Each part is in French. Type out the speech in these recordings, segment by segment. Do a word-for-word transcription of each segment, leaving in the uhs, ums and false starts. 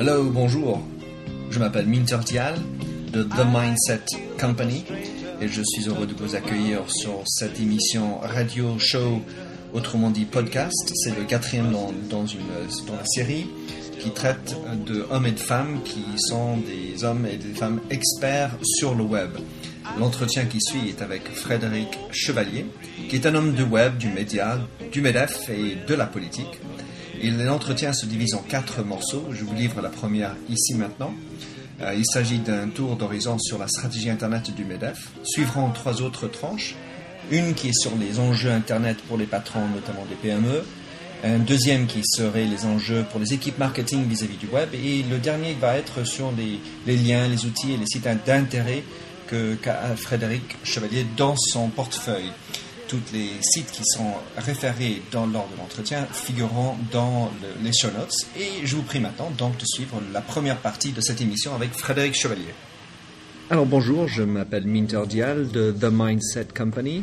Hello, bonjour. Je m'appelle Minter Dial de The Mindset Company et je suis heureux de vous accueillir sur cette émission radio show, autrement dit podcast. C'est le quatrième dans, dans, une, dans la série qui traite de hommes et de femmes qui sont des hommes et des femmes experts sur le web. L'entretien qui suit est avec Frédéric Chevalier, qui est un homme du web, du média, du MEDEF et de la politique. Et l'entretien se divise en quatre morceaux. Je vous livre la première ici maintenant. Euh, il s'agit d'un tour d'horizon sur la stratégie Internet du MEDEF. Suivront trois autres tranches. Une qui est sur les enjeux Internet pour les patrons, notamment des P M E. Un deuxième qui serait les enjeux pour les équipes marketing vis-à-vis du web. Et le dernier va être sur les, les liens, les outils et les sites d'intérêt que, qu'a Frédéric Chevalier dans son portefeuille. Tous les sites qui sont référés dans, lors de l'entretien figureront dans le, les show notes. Et je vous prie maintenant donc de suivre la première partie de cette émission avec Frédéric Chevalier. Alors bonjour, je m'appelle Minter Dial de The Mindset Company,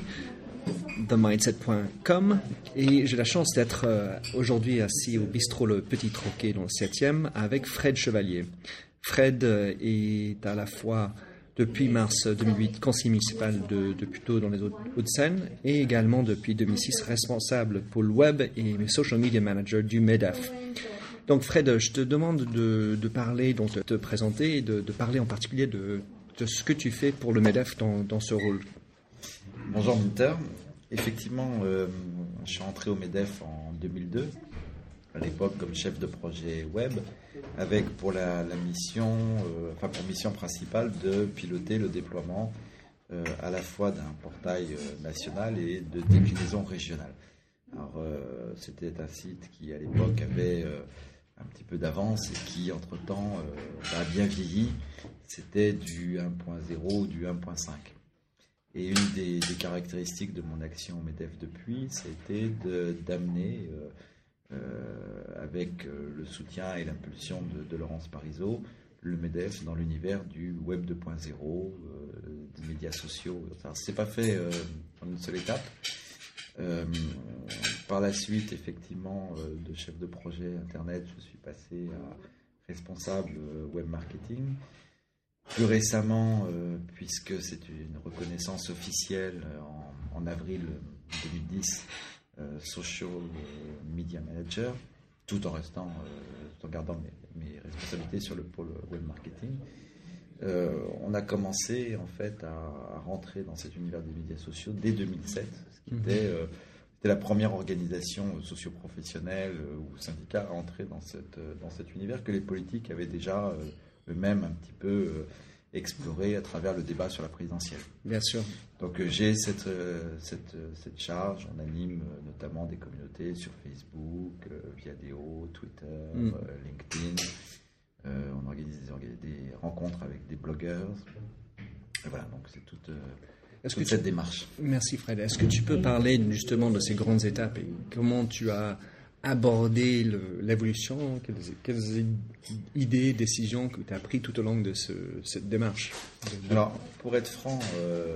the mindset point com, et j'ai la chance d'être euh, aujourd'hui assis au bistrot Le Petit Troquet dans le septième avec Fred Chevalier. Fred euh, est à la fois depuis mars deux mille huit, conseiller municipal de, de Puteaux dans les Hauts-de-Seine et également depuis deux mille six responsable pôle web et social media manager du MEDEF. Donc Fred, je te demande de, de parler, donc de te présenter et de, de parler en particulier de, de ce que tu fais pour le MEDEF dans, dans ce rôle. Bonjour Minter. Effectivement, euh, je suis entré au MEDEF en deux mille deux, à l'époque comme chef de projet web, avec pour la, la mission, euh, enfin pour mission principale de piloter le déploiement euh, à la fois d'un portail euh, national et de déclinaison régionale. Alors euh, c'était un site qui à l'époque avait euh, un petit peu d'avance et qui entre-temps euh, a bien vieilli. C'était du un point zéro ou du un point cinq. Et une des, des caractéristiques de mon action au MEDEF depuis, c'était de, d'amener euh, Euh, avec euh, le soutien et l'impulsion de, de Laurence Parisot, le MEDEF dans l'univers du web deux point zéro, euh, des médias sociaux. Alors, c'est pas fait euh, en une seule étape. Euh, par la suite, effectivement, euh, de chef de projet Internet, je suis passé à responsable euh, web marketing. Plus récemment, euh, puisque c'est une reconnaissance officielle en, en avril deux mille dix, Euh, social euh, media manager, tout en restant, euh, tout en gardant mes, mes responsabilités sur le pôle web marketing. Euh, on a commencé en fait à, à rentrer dans cet univers des médias sociaux dès deux mille sept, ce qui était, euh, c'était la première organisation socio-professionnelle euh, ou syndicat à entrer dans, cette, dans cet univers que les politiques avaient déjà euh, eux-mêmes un petit peu euh, exploré à travers le débat sur la présidentielle. Bien sûr. Donc euh, j'ai cette, euh, cette, euh, cette charge, on anime euh, notamment des communautés sur Facebook, euh, Viadeo, Twitter, mm. euh, LinkedIn, euh, on organise des, des rencontres avec des blogueurs, et voilà, donc c'est toute, euh, toute cette tu... démarche. Merci Fred. Est-ce que tu peux parler justement de ces grandes étapes et comment tu as abordé le, l'évolution, quelles, quelles idées, décisions que tu as prises tout au long de ce, cette démarche? Alors, pour être franc, euh,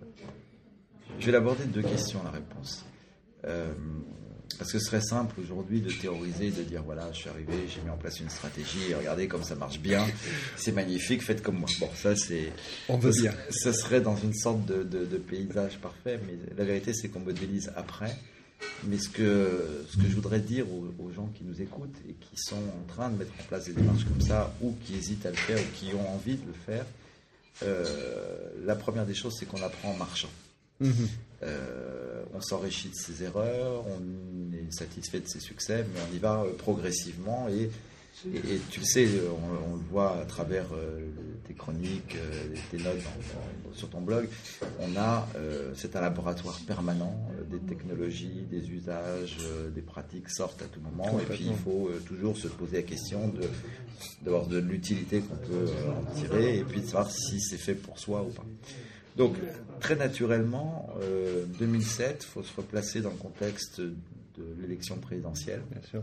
je vais l'aborder de deux questions, la réponse. Euh, parce que ce serait simple aujourd'hui de théoriser, de dire voilà, je suis arrivé, j'ai mis en place une stratégie, et regardez comme ça marche bien, c'est magnifique, faites comme moi. Bon, ça c'est... On veut bien. Ça serait dans une sorte de, de, de paysage parfait, mais la vérité c'est qu'on modélise après. Mais ce que, ce que je voudrais dire aux, aux gens qui nous écoutent et qui sont en train de mettre en place des démarches comme ça, ou qui hésitent à le faire, ou qui ont envie de le faire, euh, la première des choses, c'est qu'on apprend en marchant. Mmh. Euh, on s'enrichit de ses erreurs, on est satisfait de ses succès, mais on y va euh, progressivement et Et, et tu le sais, on, on le voit à travers euh, tes chroniques, euh, tes notes dans, dans, sur ton blog, on a, euh, c'est un laboratoire permanent, euh, des technologies, des usages, euh, des pratiques sortent à tout moment, et puis il faut euh, toujours se poser la question de, d'avoir de l'utilité qu'on peut euh, en tirer, et puis de savoir si c'est fait pour soi ou pas. Donc, très naturellement, euh, deux mille sept, il faut se replacer dans le contexte de l'élection présidentielle. Bien sûr.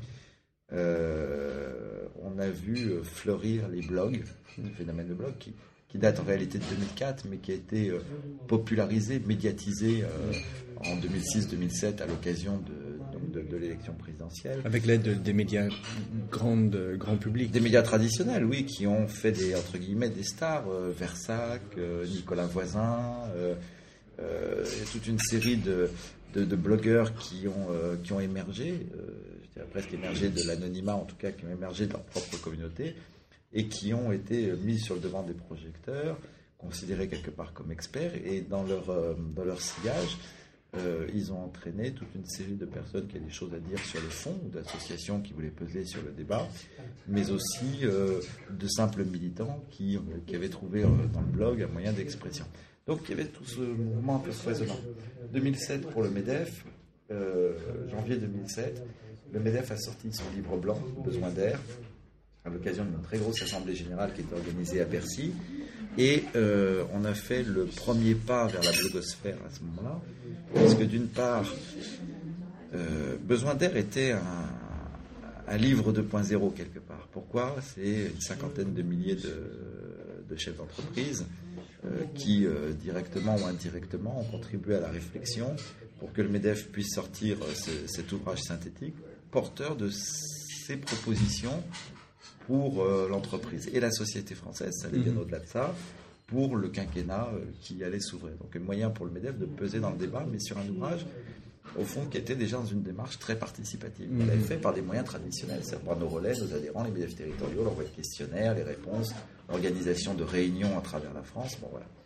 Euh, on a vu fleurir les blogs, le phénomène de blog qui, qui date en réalité de deux mille quatre, mais qui a été euh, popularisé, médiatisé euh, en deux mille six deux mille sept à l'occasion de, donc de, de de l'élection présidentielle. Avec l'aide de, des médias grande, grand public. Des médias traditionnels, oui, qui ont fait des, entre guillemets, des stars, euh, Versac, euh, Nicolas Voisin, euh, euh, toute une série de, de, de blogueurs qui ont, euh, qui ont émergé, euh, je dirais presque émergé de l'anonymat, en tout cas qui ont émergé de leur propre communauté, et qui ont été mis sur le devant des projecteurs, considérés quelque part comme experts, et dans leur, euh, dans leur sillage, euh, ils ont entraîné toute une série de personnes qui avaient des choses à dire sur le fond, ou d'associations qui voulaient peser sur le débat, mais aussi euh, de simples militants qui, euh, qui avaient trouvé euh, dans le blog un moyen d'expression. Donc il y avait tout ce mouvement un peu foisonnant. deux mille sept pour le MEDEF, euh, janvier deux mille sept, le MEDEF a sorti son livre blanc, Besoin d'air, à l'occasion d'une très grosse assemblée générale qui était organisée à Bercy. Et euh, on a fait le premier pas vers la blogosphère à ce moment-là, parce que d'une part, euh, Besoin d'air était un, un livre deux point zéro quelque part. Pourquoi ? C'est une cinquantaine de milliers de, de chefs d'entreprise euh, qui, euh, directement ou indirectement, ont contribué à la réflexion pour que le MEDEF puisse sortir euh, ce, cet ouvrage synthétique, porteur de ces propositions pour euh, l'entreprise et la société française, ça allait bien mmh. au-delà de ça, pour le quinquennat euh, qui allait s'ouvrir. Donc un moyen pour le MEDEF de peser dans le débat, mais sur un ouvrage, au fond, qui était déjà dans une démarche très participative. Mmh. On l'avait fait par des moyens traditionnels, c'est-à-dire par nos relais, nos adhérents, les MEDEF territoriaux, l'envoi de questionnaires, les réponses, l'organisation de réunions à travers la France, bon voilà.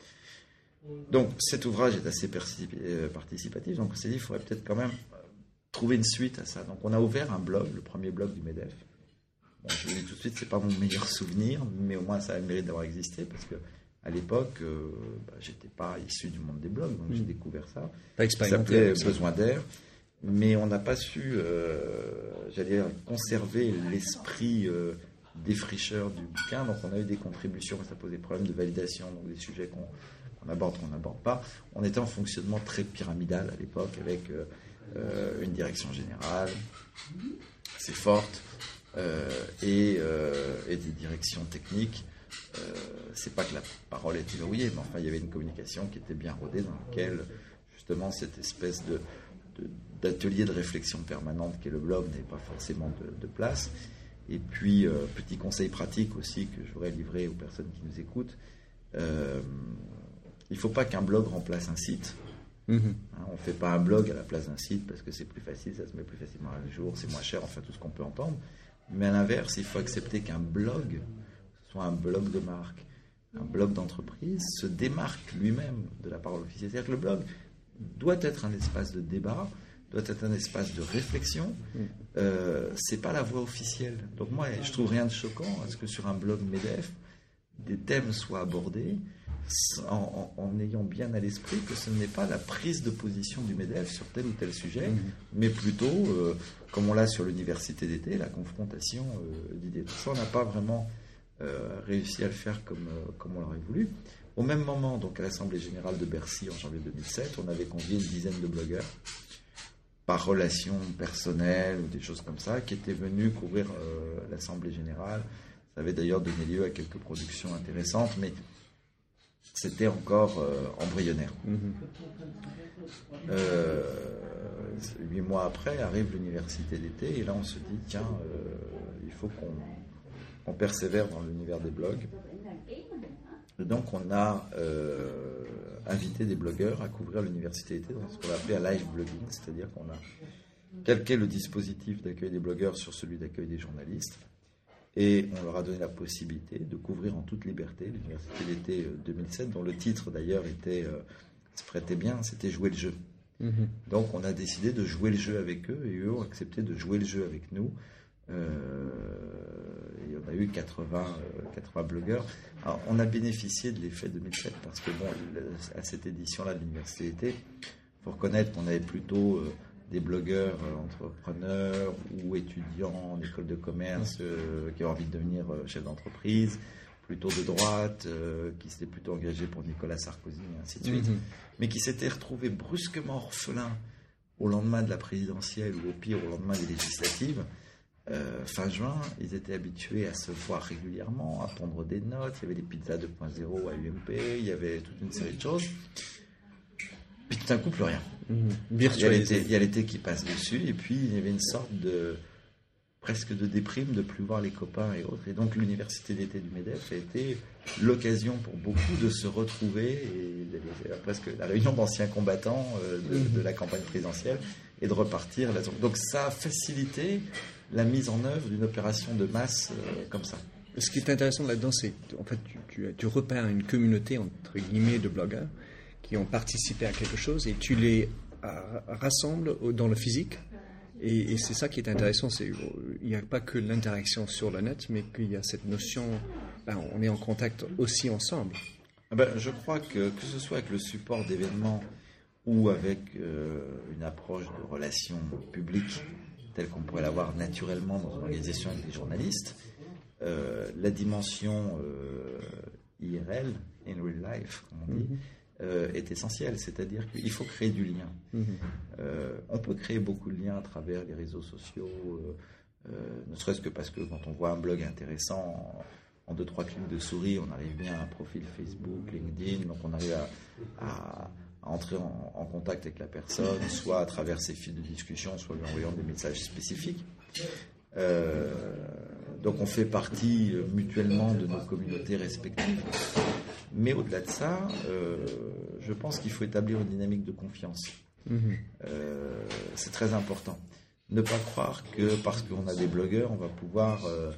Donc cet ouvrage est assez participatif, donc on s'est dit qu'il faudrait peut-être quand même trouver une suite à ça. Donc on a ouvert un blog, le premier blog du MEDEF. Bon, je vous dis tout de suite, c'est pas mon meilleur souvenir, mais au moins ça a le mérite d'avoir existé, parce que à l'époque, euh, bah, j'étais pas issu du monde des blogs, donc mmh. j'ai découvert ça. Pas expérimenté. Ça s'appelait Besoin d'air, mais on n'a pas su, euh, j'allais dire, conserver l'esprit euh, défricheur du bouquin, donc on a eu des contributions, ça posait des problèmes de validation, donc des sujets qu'on, qu'on aborde, qu'on n'aborde pas. On était en fonctionnement très pyramidal à l'époque, avec euh, euh, une direction générale assez forte, Euh, et, euh, et des directions techniques. Euh, c'est pas que la parole était verrouillée, mais enfin il y avait une communication qui était bien rodée, dans laquelle justement cette espèce de, de d'atelier de réflexion permanente qu'est le blog n'avait pas forcément de, de place. Et puis euh, petit conseil pratique aussi que je voudrais livrer aux personnes qui nous écoutent, euh, il faut pas qu'un blog remplace un site. Mmh. Hein, on fait pas un blog à la place d'un site parce que c'est plus facile, ça se met plus facilement à jour, c'est moins cher, enfin tout ce qu'on peut entendre. Mais à l'inverse, il faut accepter qu'un blog soit un blog de marque, un blog d'entreprise, se démarque lui-même de la parole officielle. C'est-à-dire que le blog doit être un espace de débat, doit être un espace de réflexion. Euh, c'est pas la voix officielle. Donc moi, je trouve rien de choquant à ce que sur un blog MEDEF, des thèmes soient abordés en, en, en ayant bien à l'esprit que ce n'est pas la prise de position du MEDEF sur tel ou tel sujet, mmh. mais plutôt, euh, comme on l'a sur l'université d'été, la confrontation euh, d'idées. Tout ça, on n'a pas vraiment euh, réussi à le faire comme, euh, comme on l'aurait voulu. Au même moment, donc à l'Assemblée Générale de Bercy en janvier deux mille sept, on avait convié une dizaine de blogueurs par relation personnelle ou des choses comme ça, qui étaient venus couvrir euh, l'Assemblée Générale. Ça avait d'ailleurs donné lieu à quelques productions intéressantes, mais c'était encore euh, embryonnaire. Mmh. Euh, huit mois après, arrive l'université d'été, et là on se dit, tiens, euh, il faut qu'on, qu'on persévère dans l'univers des blogs. Et donc on a euh, invité des blogueurs à couvrir l'université d'été dans ce qu'on a appelé un live blogging, c'est-à-dire qu'on a calqué le dispositif d'accueil des blogueurs sur celui d'accueil des journalistes. Et on leur a donné la possibilité de couvrir en toute liberté l'université d'été deux mille sept, dont le titre d'ailleurs était, euh, se prêtait bien, c'était Jouer le jeu. Mmh. Donc on a décidé de jouer le jeu avec eux, et eux ont accepté de jouer le jeu avec nous. Euh, et on a eu quatre-vingts, euh, quatre-vingts blogueurs. Alors on a bénéficié de l'effet deux mille sept, parce que bon, à cette édition-là de l'université d'été, il faut reconnaître qu'on avait plutôt... Euh, des blogueurs euh, entrepreneurs ou étudiants en école de commerce euh, qui avaient envie de devenir euh, chef d'entreprise, plutôt de droite, euh, qui s'étaient plutôt engagés pour Nicolas Sarkozy, et ainsi de suite, mm-hmm. mais qui s'étaient retrouvés brusquement orphelins au lendemain de la présidentielle, ou au pire au lendemain des législatives. Euh, fin juin, ils étaient habitués à se voir régulièrement, à prendre des notes, il y avait des pizzas deux point zéro à U M P, il y avait toute une série de choses. Puis tout d'un coup, plus rien. Mmh. Virtualisé. Il y a l'été qui passe dessus, et puis il y avait une sorte de presque de déprime de plus voir les copains et autres. Et donc l'université d'été du MEDEF a été l'occasion pour beaucoup de se retrouver, et presque la réunion d'anciens combattants euh, de, mmh. de la campagne présidentielle, et de repartir là. Donc ça a facilité la mise en œuvre d'une opération de masse euh, comme ça. Ce qui est intéressant là-dedans, c'est en fait tu, tu, tu repères une communauté entre guillemets de blogueurs qui ont participé à quelque chose, et tu les euh, rassembles dans le physique. Et, et c'est ça qui est intéressant, c'est il n'y a pas que l'interaction sur le net, mais qu'il y a cette notion, ben, on est en contact aussi ensemble. Ben, je crois que que ce soit avec le support d'événements ou avec euh, une approche de relations publiques telle qu'on pourrait l'avoir naturellement dans une organisation avec des journalistes, euh, la dimension euh, I R L, in real life, comme on dit, mm-hmm. Euh, est essentiel, c'est-à-dire qu'il faut créer du lien. Mmh. Euh, on peut créer beaucoup de liens à travers les réseaux sociaux, euh, euh, ne serait-ce que parce que quand on voit un blog intéressant, en, en deux trois clics de souris, on arrive bien à un profil Facebook, LinkedIn, donc on arrive à, à, à entrer en, en contact avec la personne, soit à travers ses fils de discussion, soit lui envoyant des messages spécifiques. Euh, donc on fait partie euh, mutuellement de nos communautés respectives. Mais au-delà de ça, euh, je pense qu'il faut établir une dynamique de confiance. Mmh. Euh, c'est très important. Ne pas croire que parce qu'on a des blogueurs, on va pouvoir euh,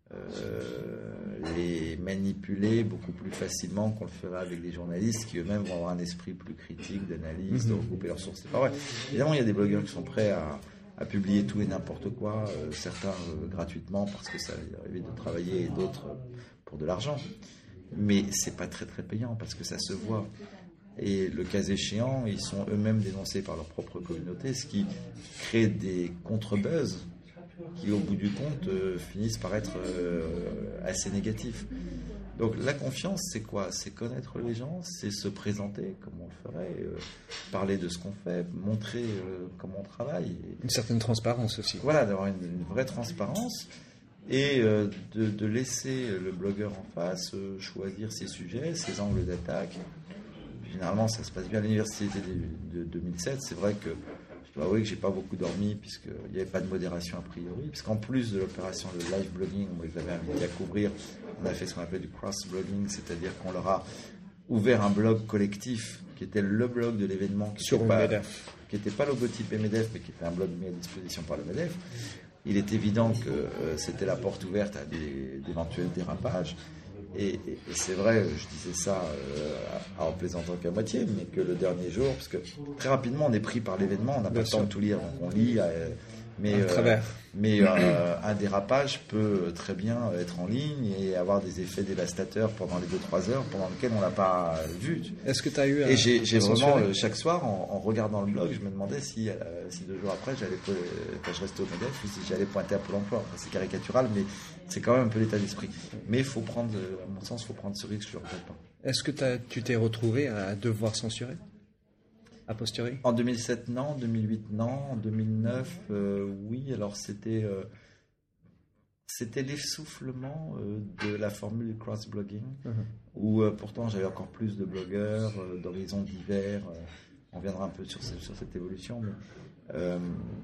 euh, les manipuler beaucoup plus facilement qu'on le ferait avec des journalistes qui eux-mêmes vont avoir un esprit plus critique, d'analyse, mmh. de regrouper leurs sources. C'est pas vrai. Évidemment, il y a des blogueurs qui sont prêts à, à publier tout et n'importe quoi, euh, certains euh, gratuitement parce que ça leur évite de travailler, et d'autres euh, pour de l'argent. Mais c'est pas très très payant parce que ça se voit. Et le cas échéant, ils sont eux-mêmes dénoncés par leur propre communauté, ce qui crée des contre-buzz qui, au bout du compte, euh, finissent par être euh, assez négatifs. Donc la confiance, c'est quoi ? C'est connaître les gens, c'est se présenter comme on le ferait, euh, parler de ce qu'on fait, montrer euh, comment on travaille. Une certaine transparence aussi. Voilà, d'avoir une, une vraie transparence. Et euh, de, de laisser le blogueur en face euh, choisir ses sujets, ses angles d'attaque. Généralement, ça se passe bien à l'université de, de deux mille sept. C'est vrai que je dois avouer que j'ai pas beaucoup dormi puisqu'il n'y avait pas de modération a priori. Puisqu'en plus de l'opération de live blogging, moi je l'avais invité à couvrir, on a fait ce qu'on appelle du cross-blogging, c'est-à-dire qu'on leur a ouvert un blog collectif qui était le blog de l'événement, qui sur le MEDEF, qui n'était pas logotypé MEDEF, mais qui était un blog mis à disposition par le MEDEF. Il est évident que euh, c'était la porte ouverte à des, d'éventuels dérapages. Et, et, et c'est vrai, je disais ça euh, en plaisantant qu'à moitié, mais que le dernier jour, parce que très rapidement on est pris par l'événement, on n'a pas le temps de tout lire, donc on lit, euh, mais, euh, mais euh, un dérapage peut très bien être en ligne et avoir des effets dévastateurs pendant les deux trois heures pendant lesquelles on ne l'a pas vu. Est-ce que tu as eu un... Et j'ai, j'ai vraiment, euh, chaque soir, en, en regardant le blog, je me demandais si, euh, si deux jours après, j'allais, quand je restais au MEDEF, ou si j'allais pointer à Pôle emploi. Enfin, c'est caricatural, mais c'est quand même un peu l'état d'esprit. Mais il faut prendre, à mon sens, il faut prendre ce risque, je ne le regrette pas. Est-ce que t'as, tu t'es retrouvé à devoir censurer a posteriori ? En deux mille sept, non. En deux mille huit, non. En deux mille neuf, euh, oui. Alors, c'était, euh, c'était l'essoufflement euh, de la formule du cross-blogging, uh-huh. où euh, pourtant j'avais encore plus de blogueurs, euh, d'horizons divers. Euh, on reviendra un peu sur, ce, sur cette évolution, mais euh,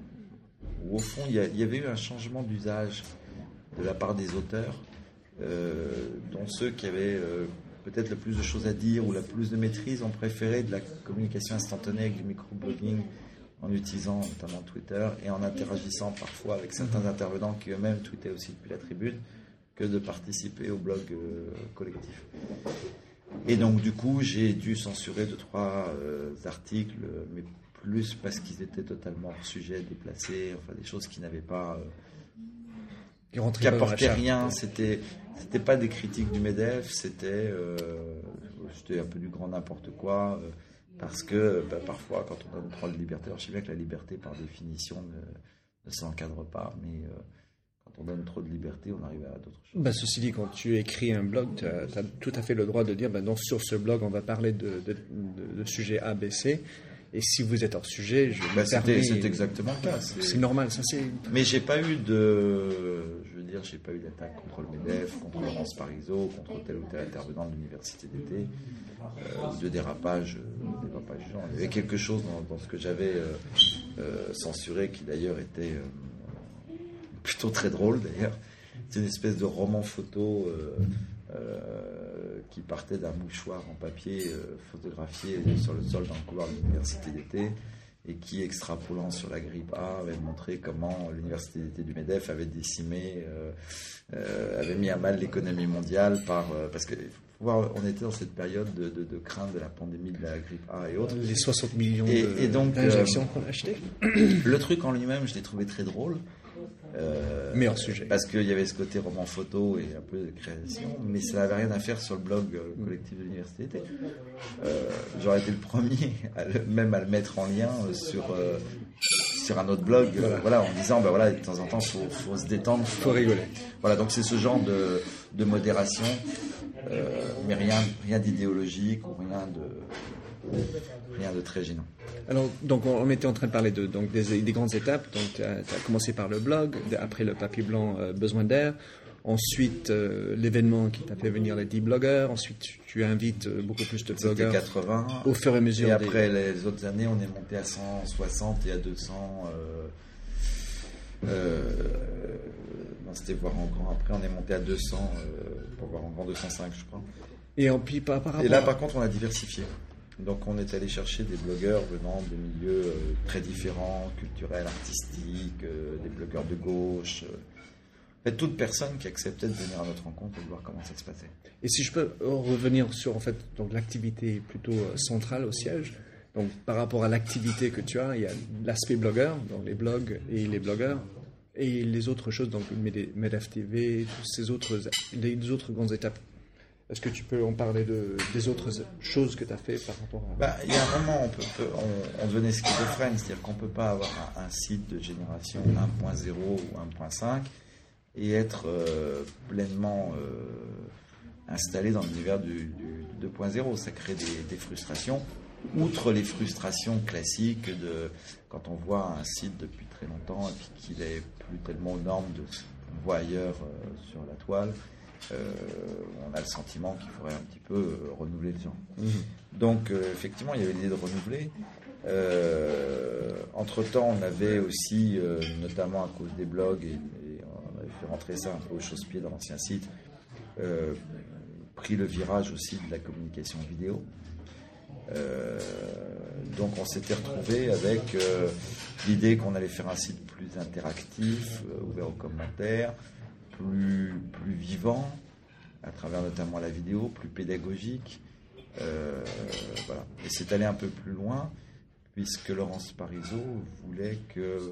où, au fond, il y, y avait eu un changement d'usage de la part des auteurs, euh, dont ceux qui avaient euh, peut-être le plus de choses à dire ou la plus de maîtrise ont préféré de la communication instantanée avec du microblogging en utilisant notamment Twitter et en interagissant parfois avec certains intervenants qui eux-mêmes tweetaient aussi depuis la tribune, que de participer au blog euh, collectif. Et donc du coup j'ai dû censurer deux trois euh, articles, mais plus parce qu'ils étaient totalement hors sujet, déplacés, enfin des choses qui n'avaient pas... Euh, qui, qui apportaient rien, c'était... C'était pas des critiques du MEDEF, c'était, euh, c'était un peu du grand n'importe quoi, euh, parce que bah, parfois, quand on a le droit de liberté, alors je sais bien que la liberté, par définition, ne, ne s'encadre pas, mais euh, quand on donne trop de liberté, on arrive à d'autres choses. Bah, ceci dit, quand tu écris un blog, tu as tout à fait le droit de dire, bah, donc, sur ce blog, on va parler de, de, de, de sujets A, B, C, Et si vous êtes hors sujet, je bah, me permets... C'est exactement le cas. C'est, c'est normal, ça c'est... Mais j'ai pas eu de... Je veux dire, j'ai pas eu d'attaque contre le MEDEF, contre Laurence Parisot, contre tel ou tel intervenant de l'université d'été, euh, de dérapage, euh, dérapage genre. Il y avait quelque chose dans, dans ce que j'avais euh, euh, censuré, qui d'ailleurs était euh, plutôt très drôle d'ailleurs. C'est une espèce de roman photo... Euh, Euh, qui partait d'un mouchoir en papier euh, photographié sur le sol dans le couloir de l'université d'été et qui, extrapolant sur la grippe A, avait montré comment l'université d'été du MEDEF avait décimé, euh, euh, avait mis à mal l'économie mondiale par, euh, parce que faut voir, on était dans cette période de, de, de crainte de la pandémie de la grippe A et autres. Les soixante millions et, de, et donc, d'injections euh, qu'on a achetées. Le truc en lui-même, je l'ai trouvé très drôle. Euh, mais hors sujet. Parce qu'il y avait ce côté roman photo et un peu de création, mais ça n'avait rien à faire sur le blog euh, collectif de l'université d'été. Euh, j'aurais été le premier, à le, même à le mettre en lien euh, sur, euh, sur un autre blog, euh, voilà. voilà, en disant ben voilà, de temps en temps, il faut, faut se détendre. Il faut rigoler. Voilà, donc c'est ce genre de, de modération, euh, mais rien, rien d'idéologique ou rien de, rien de très gênant. Alors, donc, on était en train de parler de, donc, des, des grandes étapes. Donc, tu as commencé par le blog, après le papier blanc euh, Besoin d'air. Ensuite, euh, l'événement qui t'a fait venir les dix blogueurs. Ensuite, tu invites euh, beaucoup plus de blogueurs. C'était quatre-vingts. Au fur et à mesure. Et après, des... les autres années, on est monté à cent soixante et à deux cents. Euh, euh, non, c'était voir en grand. Après, on est monté à deux cents, euh, pour voir en grand deux cent cinq, je crois. Et, en, puis, par, par rapport et là, à... par contre, on a diversifié. Donc on est allé chercher des blogueurs venant de milieux euh, très différents, culturels, artistiques, euh, des blogueurs de gauche. Euh, en fait, toute personne qui acceptait de venir à notre rencontre et de voir comment ça se passait. Et si je peux revenir sur en fait, donc, l'activité plutôt euh, centrale au siège, donc par rapport à l'activité que tu as, il y a l'aspect blogueur, donc les blogs et les blogueurs, et les autres choses, donc MEDEF T V, toutes ces autres, les autres grandes étapes. Est-ce que tu peux en parler de, des autres choses que tu as fait par rapport à... Bah, il y a un moment, on, peut, on, on devenait schizophrène, c'est-à-dire qu'on ne peut pas avoir un, un site de génération un point zéro ou un point cinq et être euh, pleinement euh, installé dans l'univers du, du deux point zéro. Ça crée des, des frustrations, outre les frustrations classiques de quand on voit un site depuis très longtemps et puis qu'il n'est plus tellement aux normes de ce qu'on voit ailleurs euh, sur la toile. Euh, on a le sentiment qu'il faudrait un petit peu euh, renouveler le genre. Mmh. Donc euh, effectivement il y avait l'idée de renouveler. Euh, entre temps on avait aussi, euh, notamment à cause des blogs, et, et on avait fait rentrer ça un peu au chausse-pied dans l'ancien site, euh, pris le virage aussi de la communication vidéo. Euh, donc on s'était retrouvé avec euh, l'idée qu'on allait faire un site plus interactif, euh, ouvert aux commentaires, Plus, plus vivant, à travers notamment la vidéo, plus pédagogique. Euh, voilà. Et c'est allé un peu plus loin, puisque Laurence Parisot voulait que,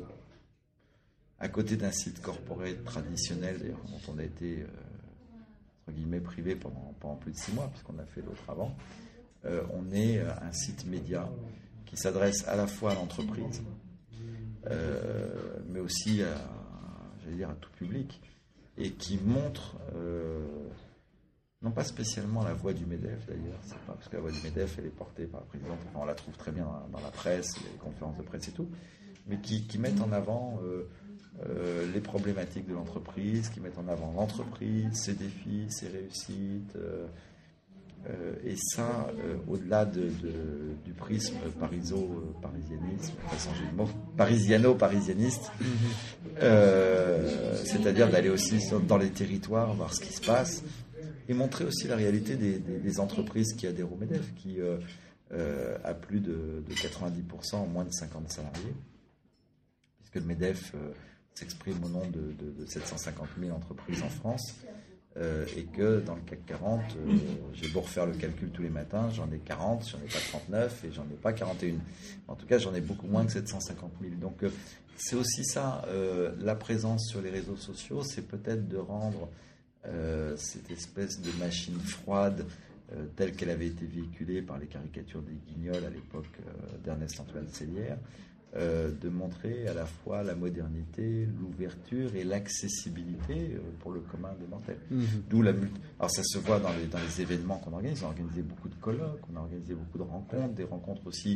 à côté d'un site corporate traditionnel, d'ailleurs, dont on a été, euh, entre guillemets, privé pendant, pendant plus de six mois, puisqu'on a fait l'autre avant, euh, on ait un site média qui s'adresse à la fois à l'entreprise, euh, mais aussi à, j'allais dire, à tout public, et qui montre, euh, non pas spécialement la voix du MEDEF d'ailleurs, c'est pas parce que la voix du MEDEF elle est portée par le président, enfin, on la trouve très bien dans, dans la presse, il y a les conférences de presse et tout, mais qui, qui mettent en avant euh, euh, les problématiques de l'entreprise, qui mettent en avant l'entreprise, ses défis, ses réussites, euh, euh, et ça, euh, au-delà de, de, du prisme pariso-parisianisme, façon jeu de mots, parisiano-parisianiste, euh, c'est-à-dire d'aller aussi dans les territoires, voir ce qui se passe, et montrer aussi la réalité des, des, des entreprises qui adhèrent au MEDEF, qui euh, euh, a plus de, de quatre-vingt-dix pour cent, moins de cinquante salariés, puisque le MEDEF euh, s'exprime au nom de, de, de sept cent cinquante mille entreprises en France. Euh, et que dans le C A C quarante, euh, j'ai beau refaire le calcul tous les matins, j'en ai quarante, j'en ai pas trente-neuf et j'en ai pas quarante et un. En tout cas, j'en ai beaucoup moins que sept cent cinquante mille. Donc, euh, c'est aussi ça, euh, la présence sur les réseaux sociaux, c'est peut-être de rendre euh, cette espèce de machine froide euh, telle qu'elle avait été véhiculée par les caricatures des Guignols à l'époque euh, d'Ernest-Antoine Sellière, Euh, de montrer à la fois la modernité, l'ouverture et l'accessibilité euh, pour le commun des mortels. Mmh. D'où la multi... Alors ça se voit dans les, dans les événements qu'on organise. On a organisé beaucoup de colloques, on a organisé beaucoup de rencontres, des rencontres aussi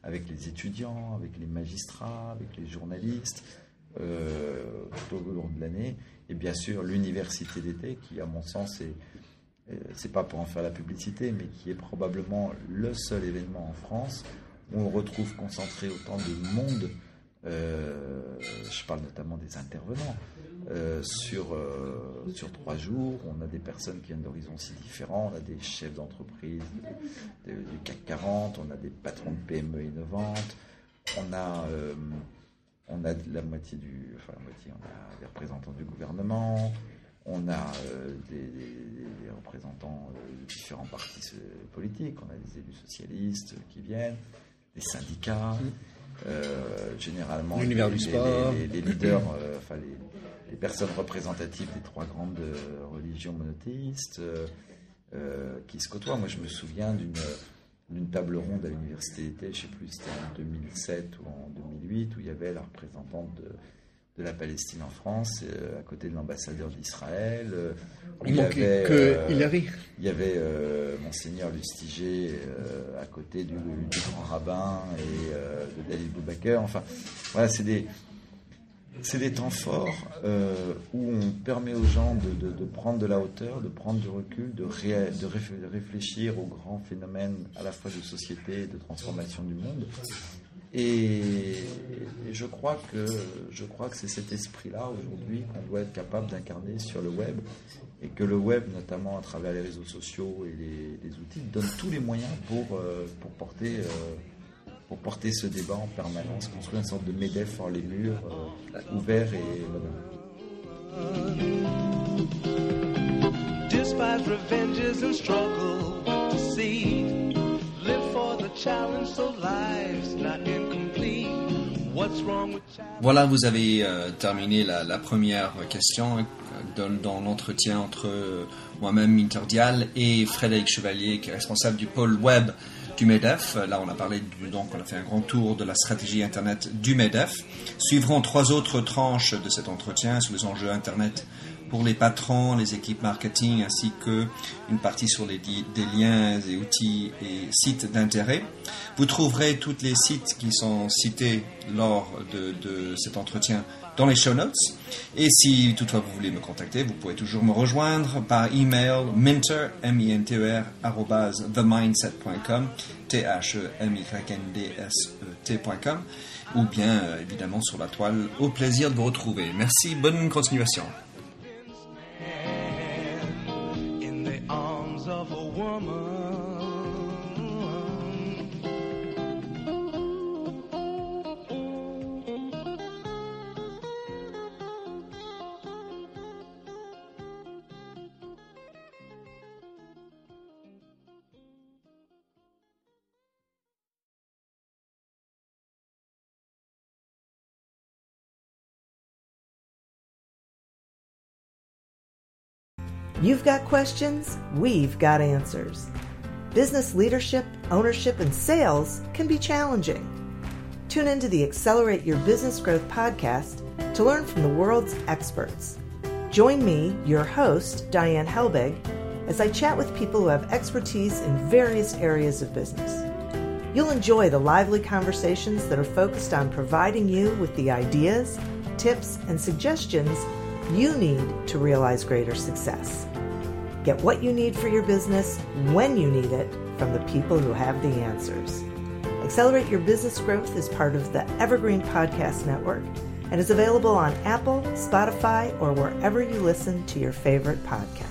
avec les étudiants, avec les magistrats, avec les journalistes, euh, tout au long de l'année. Et bien sûr, l'université d'été, qui, à mon sens, est, c'est pas pour en faire la publicité, mais qui est probablement le seul événement en France où on retrouve concentré autant de monde. Euh, je parle notamment des intervenants. Euh, sur, euh, sur trois jours, on a des personnes qui viennent d'horizons si différents, on a des chefs d'entreprise de, de, du C A C quarante, on a des patrons de P M E innovantes, on a, euh, on a la moitié du, enfin la moitié, on a des représentants du gouvernement, on a euh, des, des, des représentants de différents partis politiques, on a des élus socialistes qui viennent, des syndicats, euh, généralement l'univers les, du sport, les, les, les leaders, euh, enfin les les personnes représentatives des trois grandes euh, religions monothéistes euh, euh, qui se côtoient. Moi, je me souviens d'une, d'une table ronde à l'université d'été, je ne sais plus, c'était en deux mille sept ou en deux mille huit, où il y avait la représentante de, de la Palestine en France, euh, à côté de l'ambassadeur d'Israël. Euh, il y manquait avait, que euh, Hillary. Il y avait euh, Monseigneur Lustiger euh, à côté du, du grand rabbin et euh, de Dalil Boubaker. Enfin, voilà, c'est des... C'est des temps forts euh, où on permet aux gens de, de, de prendre de la hauteur, de prendre du recul, de, ré, de, réf, de réfléchir aux grands phénomènes à la fois de société et de transformation du monde. Et, et je crois que je crois que c'est cet esprit-là aujourd'hui qu'on doit être capable d'incarner sur le web, et que le web, notamment à travers les réseaux sociaux et les, les outils, donne tous les moyens pour, euh, pour porter... Euh, pour porter ce débat en permanence, construire une sorte de MEDEF hors les murs, euh, ouvert et moderne. Despite revenges and struggle to see, live for the challenge so life's not incomplete. What's wrong with child... Voilà, vous avez euh, terminé la, la première question dans, dans l'entretien entre moi-même, Minter Dial, et Frédéric Chevalier, qui est responsable du pôle web du MEDEF. Là, on a parlé du, donc, on a fait un grand tour de la stratégie Internet du MEDEF. Suivront trois autres tranches de cet entretien sur les enjeux Internet pour les patrons, les équipes marketing, ainsi que une partie sur les des liens et outils et sites d'intérêt. Vous trouverez tous les sites qui sont cités lors de, de cet entretien dans les show notes. Et si toutefois vous voulez me contacter, vous pouvez toujours me rejoindre par email minter, M I N T E R, arobase the mindset point com, T H E M Y N D S E T point com, ou bien euh, évidemment sur la toile. Au plaisir de vous retrouver. Merci, bonne continuation. You've got questions, we've got answers. Business leadership, ownership, and sales can be challenging. Tune into the Accelerate Your Business Growth podcast to learn from the world's experts. Join me, your host, Diane Helbig, as I chat with people who have expertise in various areas of business. You'll enjoy the lively conversations that are focused on providing you with the ideas, tips, and suggestions you need to realize greater success. Get what you need for your business when you need it from the people who have the answers. Accelerate Your Business Growth is part of the Evergreen Podcast Network and is available on Apple, Spotify, or wherever you listen to your favorite podcast.